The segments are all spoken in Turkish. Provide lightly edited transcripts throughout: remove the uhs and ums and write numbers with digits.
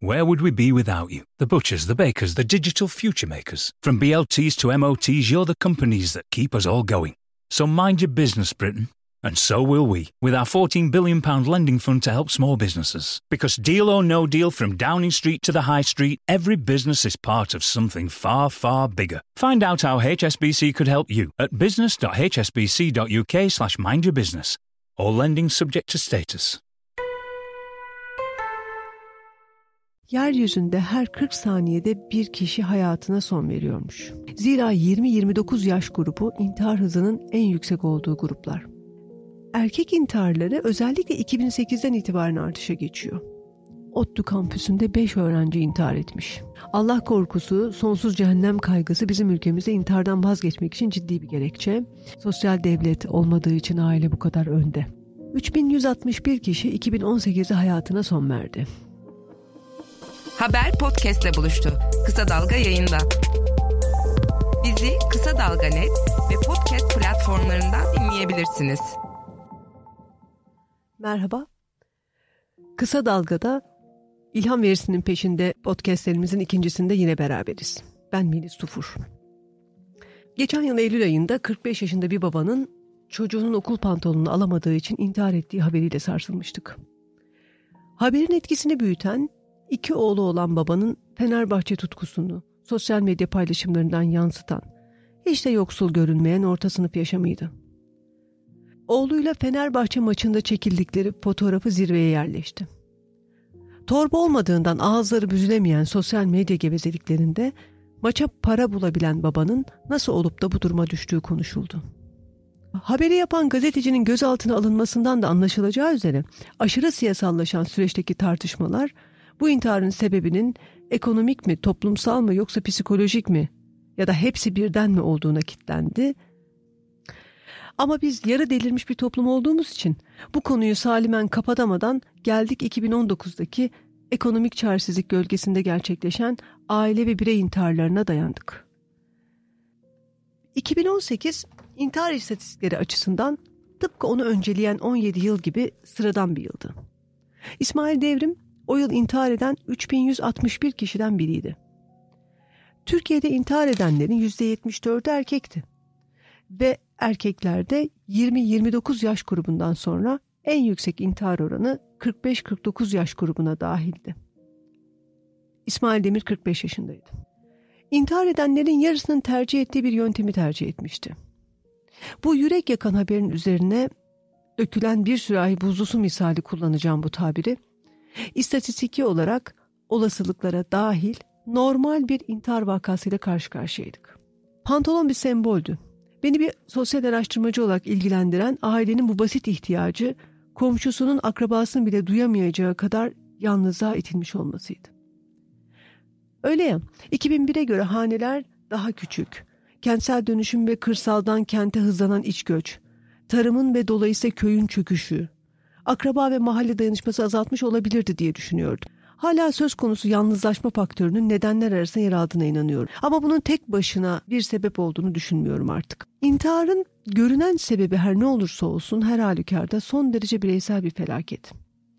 Where would we be without you? The butchers, the bakers, the digital future makers. From BLTs to MOTs, you're the companies that keep us all going. So mind your business, Britain. And so will we, with our £14 billion lending fund to help small businesses. Because deal or no deal, from Downing Street to the High Street, every business is part of something far, far bigger. Find out how HSBC could help you at business.hsbc.uk/mindyourbusiness. All lending subject to status. Yeryüzünde her 40 saniyede bir kişi hayatına son veriyormuş. Zira 20-29 yaş grubu intihar hızının en yüksek olduğu gruplar. Erkek intiharları özellikle 2008'den itibaren artışa geçiyor. ODTÜ kampüsünde 5 öğrenci intihar etmiş. Allah korkusu, sonsuz cehennem kaygısı bizim ülkemizde intihardan vazgeçmek için ciddi bir gerekçe. Sosyal devlet olmadığı için aile bu kadar önde. 3161 kişi 2018'de hayatına son verdi. Haber podcast'le buluştu. Kısa Dalga yayında. Bizi Kısa Dalga.net ve podcast platformlarından dinleyebilirsiniz. Merhaba. Kısa Dalga'da İlham Verisi'nin peşinde podcastlerimizin ikincisinde yine beraberiz. Ben Melis Tufur. Geçen yıl Eylül ayında 45 yaşında bir babanın çocuğunun okul pantolonunu alamadığı için intihar ettiği haberiyle sarsılmıştık. Haberin etkisini büyüten, 2 oğlu olan babanın Fenerbahçe tutkusunu sosyal medya paylaşımlarından yansıtan, hiç de yoksul görünmeyen orta sınıf yaşamıydı. Oğluyla Fenerbahçe maçında çekildikleri fotoğrafı zirveye yerleşti. Torba olmadığından ağızları büzülemeyen sosyal medya gevezeliklerinde maça para bulabilen babanın nasıl olup da bu duruma düştüğü konuşuldu. Haberi yapan gazetecinin gözaltına alınmasından da anlaşılacağı üzere aşırı siyasallaşan süreçteki tartışmalar bu intiharın sebebinin ekonomik mi, toplumsal mı yoksa psikolojik mi ya da hepsi birden mi olduğuna kilitlendi. Ama biz yarı delirmiş bir toplum olduğumuz için bu konuyu salimen kapatamadan geldik 2019'daki ekonomik çaresizlik gölgesinde gerçekleşen aile ve birey intiharlarına dayandık. 2018 intihar istatistikleri açısından tıpkı onu önceleyen 17 yıl gibi sıradan bir yıldı. İsmail Devrim o yıl intihar eden 3161 kişiden biriydi. Türkiye'de intihar edenlerin %74'ü erkekti. Ve erkeklerde 20-29 yaş grubundan sonra en yüksek intihar oranı 45-49 yaş grubuna dahildi. İsmail Demir 45 yaşındaydı. İntihar edenlerin yarısının tercih ettiği bir yöntemi tercih etmişti. Bu yürek yakan haberin üzerine dökülen bir sürahi buzlu su misali kullanacağım bu tabiri. İstatistiki olarak olasılıklara dahil normal bir intihar vakasıyla karşı karşıyaydık. Pantolon bir semboldü. Beni bir sosyal araştırmacı olarak ilgilendiren ailenin bu basit ihtiyacı komşusunun akrabasını bile duyamayacağı kadar yalnızlığa itilmiş olmasıydı. Öyle ya, 2001'e göre haneler daha küçük, kentsel dönüşüm ve kırsaldan kente hızlanan iç göç, tarımın ve dolayısıyla köyün çöküşü, akraba ve mahalle dayanışması azaltmış olabilirdi diye düşünüyordum. Hala söz konusu yalnızlaşma faktörünün nedenler arasında yer aldığına inanıyorum. Ama bunun tek başına bir sebep olduğunu düşünmüyorum artık. İntiharın görünen sebebi her ne olursa olsun her halükarda son derece bireysel bir felaket.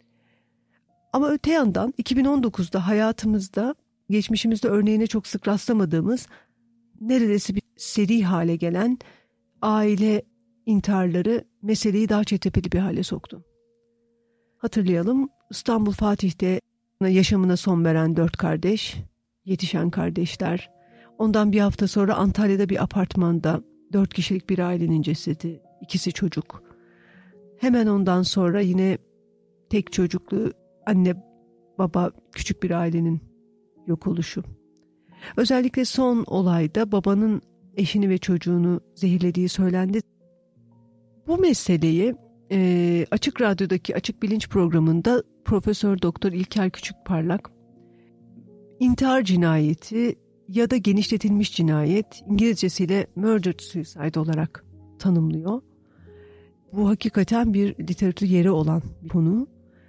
Ama öte yandan 2019'da hayatımızda, geçmişimizde örneğine çok sık rastlamadığımız, neredeyse bir seri hale gelen aile intiharları meseleyi daha çetrefilli bir hale soktu. Hatırlayalım, İstanbul Fatih'te yaşamına son veren 4 kardeş, yetişen kardeşler. Ondan bir hafta sonra Antalya'da bir apartmanda 4 kişilik bir ailenin cesedi, ikisi çocuk. Hemen ondan sonra yine tek çocuklu anne baba küçük bir ailenin yok oluşu. Özellikle son olayda babanın eşini ve çocuğunu zehirlediği söylendi. Bu meseleyi Açık Radyo'daki Açık Bilinç programında Profesör Doktor İlker Küçükparlak intihar cinayeti ya da genişletilmiş cinayet, İngilizcesiyle murder suicide olarak tanımlıyor. Bu hakikaten bir literatür yeri olan bir konu.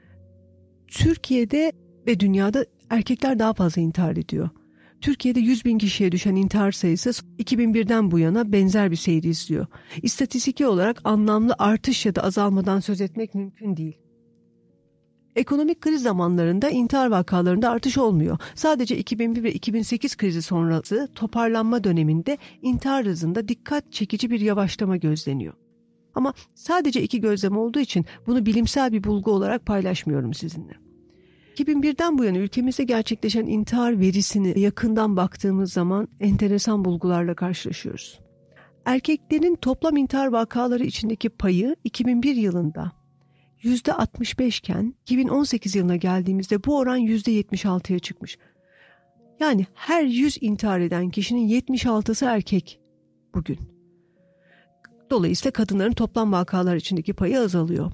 Türkiye'de ve dünyada erkekler daha fazla intihar ediyor. Türkiye'de 100.000 kişiye düşen intihar sayısı 2001'den bu yana benzer bir seyir izliyor. İstatistiki olarak anlamlı artış ya da azalmadan söz etmek mümkün değil. Ekonomik kriz zamanlarında intihar vakalarında artış olmuyor. Sadece 2001 ve 2008 krizi sonrası toparlanma döneminde intihar hızında dikkat çekici bir yavaşlama gözleniyor. Ama sadece 2 gözlem olduğu için bunu bilimsel bir bulgu olarak paylaşmıyorum sizinle. 2001'den bu yana ülkemizde gerçekleşen intihar verisini yakından baktığımız zaman enteresan bulgularla karşılaşıyoruz. Erkeklerin toplam intihar vakaları içindeki payı 2001 yılında %65 iken 2018 yılına geldiğimizde bu oran %76'ya çıkmış. Yani her 100 intihar eden kişinin 76'sı erkek bugün. Dolayısıyla kadınların toplam vakalar içindeki payı azalıyor.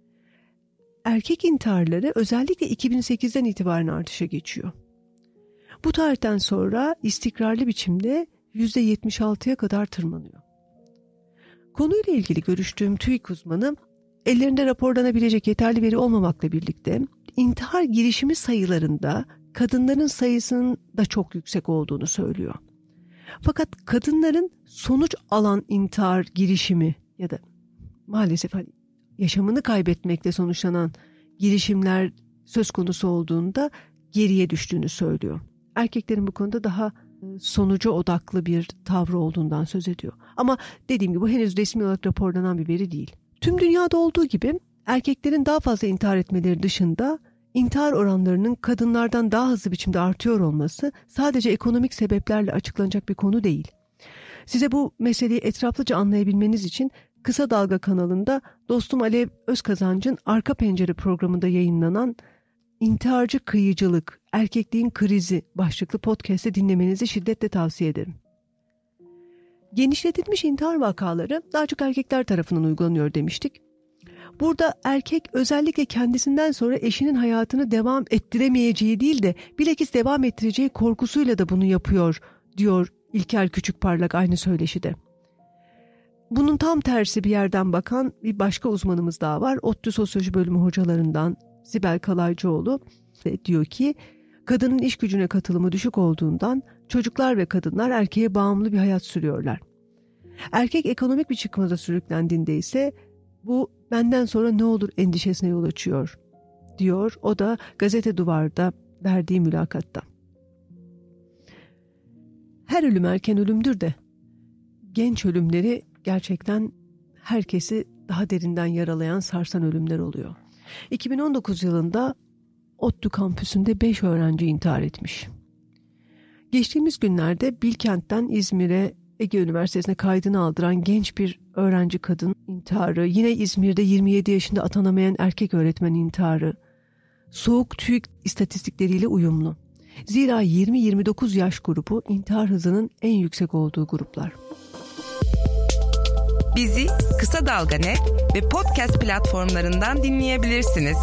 Erkek intiharları özellikle 2008'den itibaren artışa geçiyor. Bu tarihten sonra istikrarlı biçimde %76'ya kadar tırmanıyor. Konuyla ilgili görüştüğüm TÜİK uzmanı, ellerinde raporlanabilecek yeterli veri olmamakla birlikte intihar girişimi sayılarında kadınların sayısının da çok yüksek olduğunu söylüyor. Fakat kadınların sonuç alan intihar girişimi ya da maalesef yaşamını kaybetmekle sonuçlanan girişimler söz konusu olduğunda geriye düştüğünü söylüyor. Erkeklerin bu konuda daha sonuca odaklı bir tavrı olduğundan söz ediyor. Ama dediğim gibi bu henüz resmi olarak raporlanan bir veri değil. Tüm dünyada olduğu gibi erkeklerin daha fazla intihar etmeleri dışında intihar oranlarının kadınlardan daha hızlı biçimde artıyor olması sadece ekonomik sebeplerle açıklanacak bir konu değil. Size bu meseleyi etraflıca anlayabilmeniz için Kısa Dalga kanalında dostum Alev Özkazancı'nın Arka Pencere programında yayınlanan İntiharcı Kıyıcılık, Erkekliğin Krizi başlıklı podcast'i dinlemenizi şiddetle tavsiye ederim. Genişletilmiş intihar vakaları daha çok erkekler tarafından uygulanıyor demiştik. Burada erkek özellikle kendisinden sonra eşinin hayatını devam ettiremeyeceği değil de bilakis devam ettireceği korkusuyla da bunu yapıyor, diyor İlker Küçükparlak aynı söyleşide. Bunun tam tersi bir yerden bakan bir başka uzmanımız daha var. ODTÜ Sosyoloji Bölümü hocalarından Sibel Kalaycıoğlu diyor ki, kadının iş gücüne katılımı düşük olduğundan çocuklar ve kadınlar erkeğe bağımlı bir hayat sürüyorlar. Erkek ekonomik bir çıkmaza sürüklendiğinde ise bu benden sonra ne olur endişesine yol açıyor, diyor. O da Gazete Duvar'da verdiği mülakatta. Her ölüm erken ölümdür de genç ölümleri gerçekten herkesi daha derinden yaralayan, sarsan ölümler oluyor. 2019 yılında ODTÜ kampüsünde 5 öğrenci intihar etmiş. Geçtiğimiz günlerde Bilkent'ten İzmir'e Ege Üniversitesi'ne kaydını aldıran genç bir öğrenci kadın intiharı, yine İzmir'de 27 yaşında atanamayan erkek öğretmen intiharı, soğuk TÜİK istatistikleriyle uyumlu. Zira 20-29 yaş grubu intihar hızının en yüksek olduğu gruplar. Bizi Kısa Dalga Net ve podcast platformlarından dinleyebilirsiniz.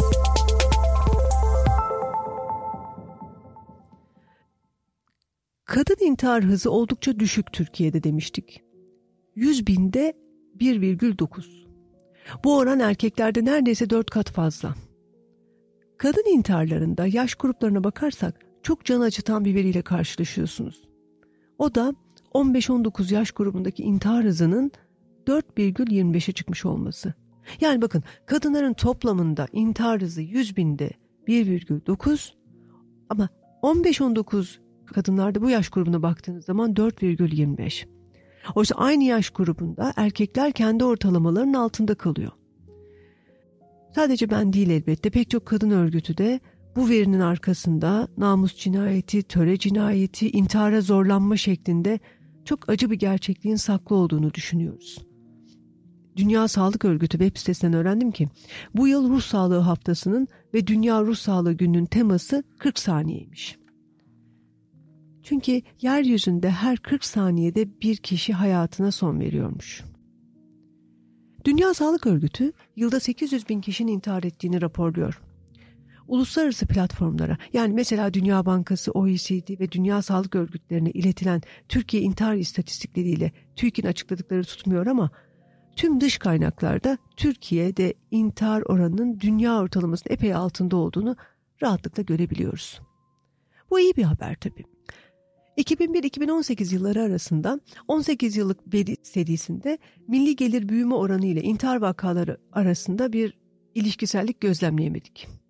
Kadın intihar hızı oldukça düşük Türkiye'de demiştik. 100 binde 1,9. Bu oran erkeklerde neredeyse 4 kat fazla. Kadın intiharlarında yaş gruplarına bakarsak çok can acıtan bir veriyle karşılaşıyorsunuz. O da 15-19 yaş grubundaki intihar hızının 4,25'e çıkmış olması. Yani bakın, kadınların toplamında intihar hızı 100 binde 1,9 ama 15-19 kadınlarda bu yaş grubuna baktığınız zaman 4,25. Oysa aynı yaş grubunda erkekler kendi ortalamalarının altında kalıyor. Sadece ben değil elbette, pek çok kadın örgütü de bu verinin arkasında namus cinayeti, töre cinayeti, intihara zorlanma şeklinde çok acı bir gerçekliğin saklı olduğunu düşünüyoruz. Dünya Sağlık Örgütü web sitesinden öğrendim ki bu yıl Ruh Sağlığı Haftası'nın ve Dünya Ruh Sağlığı Günü'nün teması 40 saniyeymiş. Çünkü yeryüzünde her 40 saniyede bir kişi hayatına son veriyormuş. Dünya Sağlık Örgütü yılda 800 bin kişinin intihar ettiğini raporluyor. Uluslararası platformlara, yani mesela Dünya Bankası, OECD ve Dünya Sağlık Örgütlerine iletilen Türkiye intihar istatistikleriyle TÜİK'in açıkladıkları tutmuyor ama tüm dış kaynaklarda Türkiye'de intihar oranının dünya ortalamasının epey altında olduğunu rahatlıkla görebiliyoruz. Bu iyi bir haber tabii. 2001-2018 yılları arasında 18 yıllık veri serisinde milli gelir büyüme oranı ile intihar vakaları arasında bir ilişkisellik gözlemleyemedik.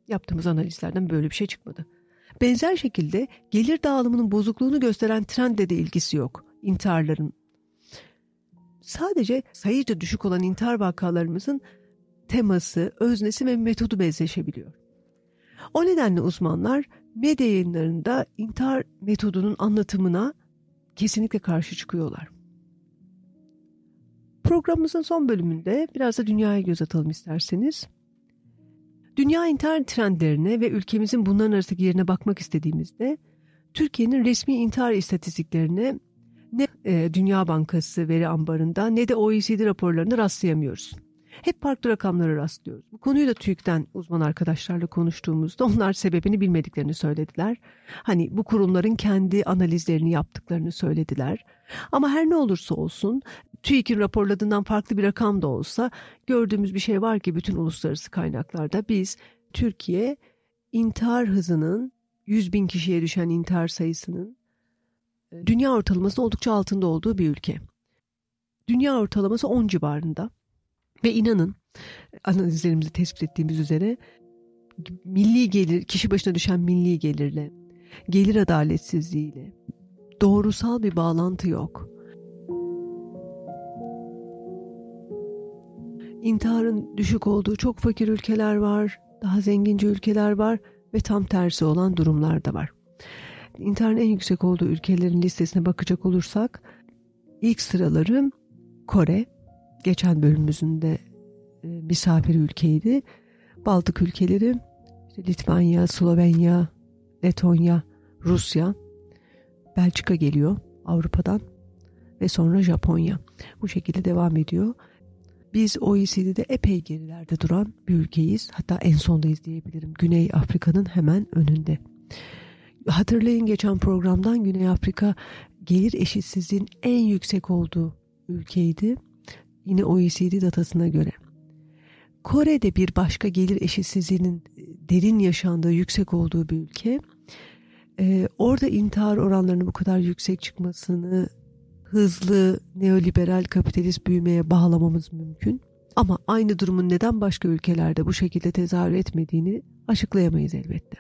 Yaptığımız analizlerden böyle bir şey çıkmadı. Benzer şekilde gelir dağılımının bozukluğunu gösteren trendle de ilgisi yok intiharların. Sadece sayıca düşük olan intihar vakalarımızın teması, öznesi ve metodu benzeşebiliyor. O nedenle uzmanlar medya yayınlarında intihar metodunun anlatımına kesinlikle karşı çıkıyorlar. Programımızın son bölümünde biraz da dünyaya göz atalım isterseniz. Dünya intihar trendlerine ve ülkemizin bunların arasındaki yerine bakmak istediğimizde Türkiye'nin resmi intihar istatistiklerine ne Dünya Bankası veri ambarında ne de OECD raporlarında rastlayamıyoruz. Hep farklı rakamlara rastlıyoruz. Bu konuyu da TÜİK'ten uzman arkadaşlarla konuştuğumuzda onlar sebebini bilmediklerini söylediler. Hani bu kurumların kendi analizlerini yaptıklarını söylediler. Ama her ne olursa olsun TÜİK'in raporladığından farklı bir rakam da olsa gördüğümüz bir şey var ki bütün uluslararası kaynaklarda biz Türkiye intihar hızının 100.000 kişiye düşen intihar sayısının dünya ortalamasının oldukça altında olduğu bir ülke. Dünya ortalaması 10 civarında. Ve inanın analizlerimizde tespit ettiğimiz üzere milli gelir, kişi başına düşen milli gelirle, gelir adaletsizliğiyle doğrusal bir bağlantı yok. İntiharın düşük olduğu çok fakir ülkeler var, daha zengince ülkeler var ve tam tersi olan durumlar da var. İntiharın en yüksek olduğu ülkelerin listesine bakacak olursak ilk sıraları Kore, geçen bölümümüzün de misafir ülkeydi. Baltık ülkeleri, işte Litvanya, Slovenya, Letonya, Rusya, Belçika geliyor Avrupa'dan ve sonra Japonya. Bu şekilde devam ediyor. Biz OECD'de epey gerilerde duran bir ülkeyiz. Hatta en sondayız diyebilirim. Güney Afrika'nın hemen önünde. Hatırlayın geçen programdan Güney Afrika gelir eşitsizliğin en yüksek olduğu ülkeydi. Yine OECD datasına göre. Kore'de bir başka gelir eşitsizliğinin derin yaşandığı, yüksek olduğu bir ülke. Orada intihar oranlarının bu kadar yüksek çıkmasını hızlı neoliberal kapitalist büyümeye bağlamamız mümkün. Ama aynı durumun neden başka ülkelerde bu şekilde tezahür etmediğini açıklayamayız elbette.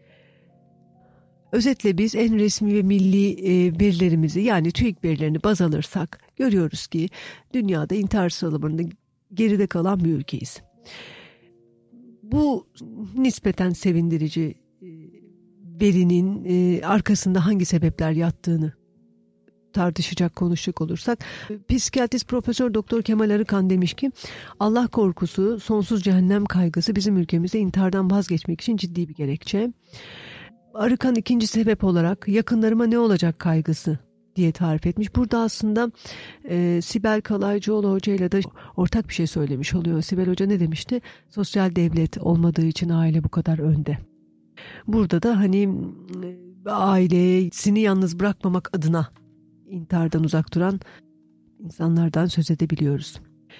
Özetle biz en resmi ve milli verilerimizi yani TÜİK verilerini baz alırsak görüyoruz ki dünyada intihar sıralamalarında geride kalan bir ülkeyiz. Bu nispeten sevindirici verinin arkasında hangi sebepler yattığını tartışacak, konuşacak olursak psikiyatrist Profesör Doktor Kemal Arıkan demiş ki Allah korkusu, sonsuz cehennem kaygısı bizim ülkemizde intihardan vazgeçmek için ciddi bir gerekçe. Arıkan ikinci sebep olarak yakınlarıma ne olacak kaygısı diye tarif etmiş. Burada aslında Sibel Kalaycıoğlu Hoca ile de ortak bir şey söylemiş oluyor. Sibel Hoca ne demişti? Sosyal devlet olmadığı için aile bu kadar önde. Burada da hani ailesini yalnız bırakmamak adına intihardan uzak duran insanlardan söz edebiliyoruz.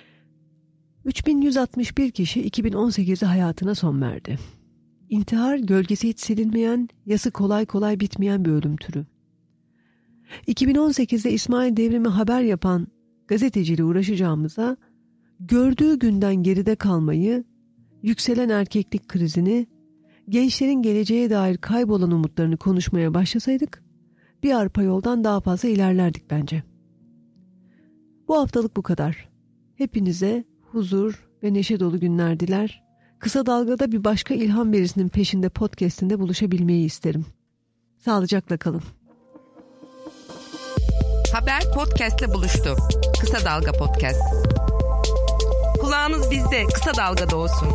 3161 kişi 2018'de hayatına son verdi. İntihar gölgesi hiç silinmeyen, yası kolay kolay bitmeyen bir ölüm türü. 2018'de İsmail Devrim'i haber yapan gazeteciyle uğraşacağımıza gördüğü günden geride kalmayı, yükselen erkeklik krizini, gençlerin geleceğe dair kaybolan umutlarını konuşmaya başlasaydık bir arpa yoldan daha fazla ilerlerdik bence. Bu haftalık bu kadar. Hepinize huzur ve neşe dolu günler diler. Kısa Dalga'da bir başka ilham verisinin peşinde podcast'inde buluşabilmeyi isterim. Sağlıcakla kalın. Haber podcast'le buluştu. Kısa Dalga Podcast. Kulağınız bizde, Kısa Dalga'da olsun.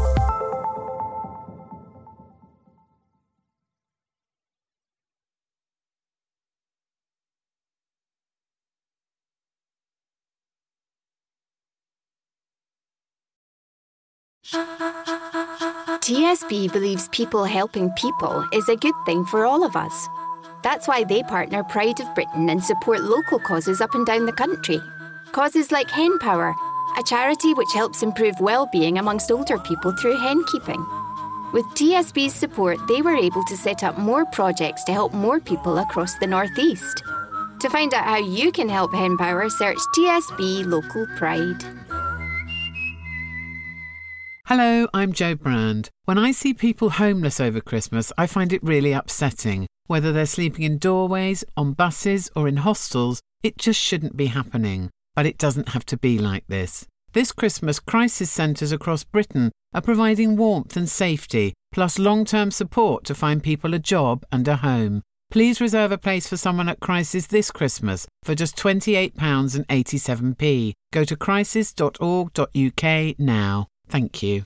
TSB believes people helping people is a good thing for all of us. That's why they partner Pride of Britain and support local causes up and down the country. Causes like Hen Power, a charity which helps improve well-being amongst older people through hen keeping. With TSB's support, they were able to set up more projects to help more people across the Northeast. To find out how you can help Hen Power, search TSB Local Pride. Hello, I'm Jo Brand. When I see people homeless over Christmas, I find it really upsetting. Whether they're sleeping in doorways, on buses or in hostels, it just shouldn't be happening. But it doesn't have to be like this. This Christmas, crisis centres across Britain are providing warmth and safety, plus long-term support to find people a job and a home. Please reserve a place for someone at Crisis this Christmas for just £28.87. Go to crisis.org.uk now. Thank you.